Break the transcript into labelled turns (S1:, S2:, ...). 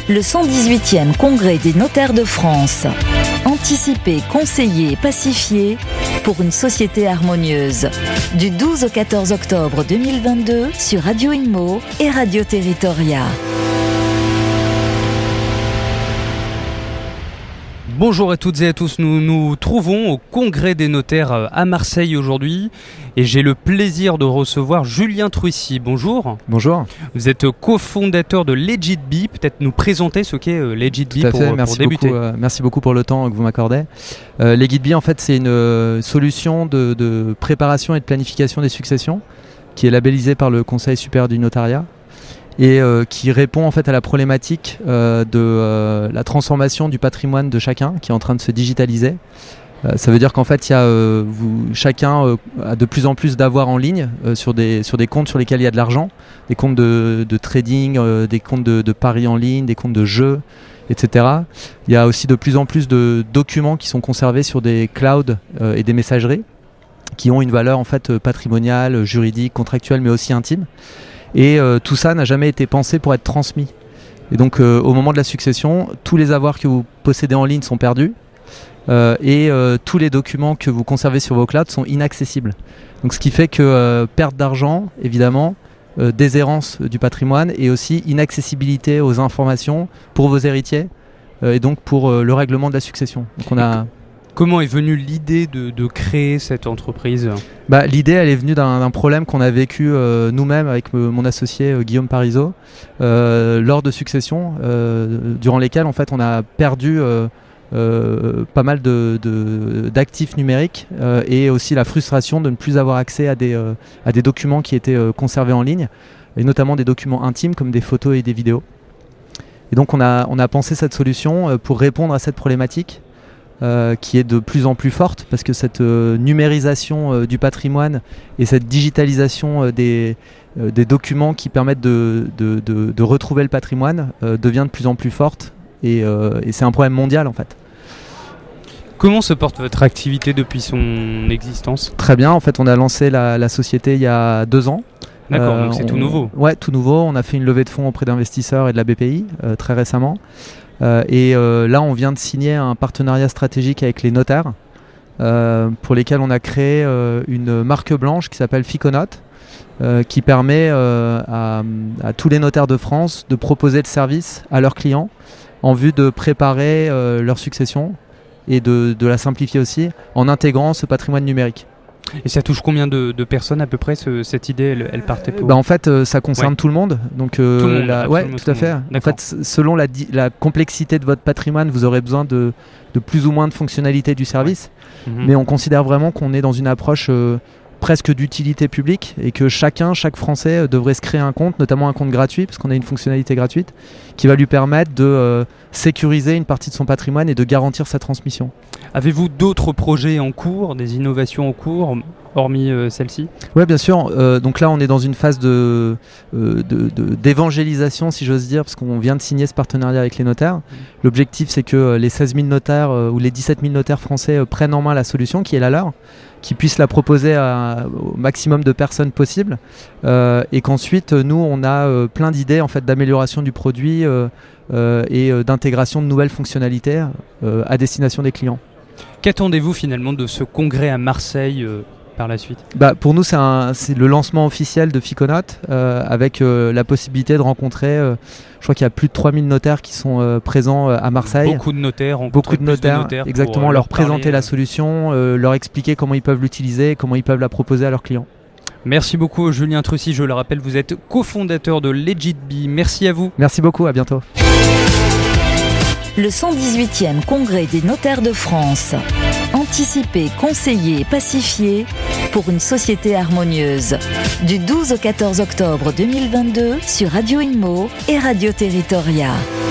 S1: Le 118e Congrès des notaires de France. Anticiper, conseiller, pacifier pour une société harmonieuse. Du 12 au 14 octobre 2022 sur Radio Imo et Radio Territoria.
S2: Bonjour à toutes et à tous, nous nous trouvons au Congrès des notaires à Marseille aujourd'hui et j'ai le plaisir de recevoir Julien Truissy. Bonjour.
S3: Bonjour.
S2: Vous êtes cofondateur de LegitBee, peut-être nous présenter ce qu'est LegitBee pour débuter.
S3: Merci beaucoup pour le temps que vous m'accordez. LegitBee en fait c'est une solution de préparation et de planification des successions qui est labellisée par le Conseil supérieur du notariat. Et qui répond en fait à la problématique de la transformation du patrimoine de chacun qui est en train de se digitaliser. Ça veut dire qu'en fait, chacun a de plus en plus d'avoirs en ligne sur des comptes sur lesquels il y a de l'argent, des comptes de trading, des comptes de paris en ligne, des comptes de jeux, etc. Il y a aussi de plus en plus de documents qui sont conservés sur des clouds et des messageries qui ont une valeur en fait patrimoniale, juridique, contractuelle, mais aussi intime. Et tout ça n'a jamais été pensé pour être transmis. Et donc au moment de la succession, tous les avoirs que vous possédez en ligne sont perdus et tous les documents que vous conservez sur vos clouds sont inaccessibles. Donc ce qui fait que perte d'argent, évidemment, déshérence du patrimoine et aussi inaccessibilité aux informations pour vos héritiers et donc pour le règlement de la succession. Donc
S2: Comment est venue l'idée de créer cette entreprise ?
S3: L'idée, elle est venue d'un problème qu'on a vécu nous-mêmes avec mon associé Guillaume Parisot lors de successions, durant lesquelles en fait, on a perdu pas mal d'actifs numériques et aussi la frustration de ne plus avoir accès à des documents qui étaient conservés en ligne, et notamment des documents intimes comme des photos et des vidéos. Et donc on a pensé cette solution pour répondre à cette problématique. Qui est de plus en plus forte parce que cette numérisation du patrimoine et cette digitalisation des documents qui permettent de retrouver le patrimoine devient de plus en plus forte et c'est un problème mondial en fait.
S2: Comment se porte votre activité depuis son existence ?
S3: Très bien, en fait on a lancé la société il y a 2 ans.
S2: D'accord, donc c'est tout nouveau.
S3: Ouais, tout nouveau. On a fait une levée de fonds auprès d'investisseurs et de la BPI très récemment. Là, on vient de signer un partenariat stratégique avec les notaires pour lesquels on a créé une marque blanche qui s'appelle Ficonote qui permet à tous les notaires de France de proposer le service à leurs clients en vue de préparer leur succession et de la simplifier aussi en intégrant ce patrimoine numérique.
S2: Et ça touche combien de personnes à peu près cette idée elle partait pour...
S3: En fait ça concerne tout le monde. Donc,
S2: tout le monde,
S3: tout à fait. En fait, selon la complexité de votre patrimoine, vous aurez besoin de plus ou moins de fonctionnalités du service. Ouais. Mais on considère vraiment qu'on est dans une approche presque d'utilité publique et que chaque Français devrait se créer un compte, notamment un compte gratuit, parce qu'on a une fonctionnalité gratuite qui va lui permettre de sécuriser une partie de son patrimoine et de garantir sa transmission.
S2: Avez-vous d'autres projets en cours, des innovations en cours, hormis celle-ci ?
S3: Oui, bien sûr. Donc là, on est dans une phase d'évangélisation, si j'ose dire, parce qu'on vient de signer ce partenariat avec les notaires. L'objectif, c'est que les 16 000 notaires ou les 17 000 notaires français prennent en main la solution qui est la leur, qui puissent la proposer au maximum de personnes possible, et qu'ensuite, nous, on a plein d'idées en fait, d'amélioration du produit et d'intégration de nouvelles fonctionnalités à destination des clients.
S2: Qu'attendez-vous finalement de ce congrès à Marseille par la suite ?
S3: Pour nous, c'est le lancement officiel de Ficonote avec la possibilité de rencontrer, je crois qu'il y a plus de 3000 notaires qui sont présents à Marseille.
S2: Beaucoup de notaires,
S3: exactement, leur présenter la solution, leur expliquer comment ils peuvent l'utiliser, comment ils peuvent la proposer à leurs clients.
S2: Merci beaucoup Julien Truissy, je le rappelle, vous êtes cofondateur de LegitBee. Merci à vous.
S3: Merci beaucoup, à bientôt.
S1: Le 118e Congrès des notaires de France. Anticiper, conseiller, pacifier pour une société harmonieuse. Du 12 au 14 octobre 2022 sur Radio Imo et Radio Territoria.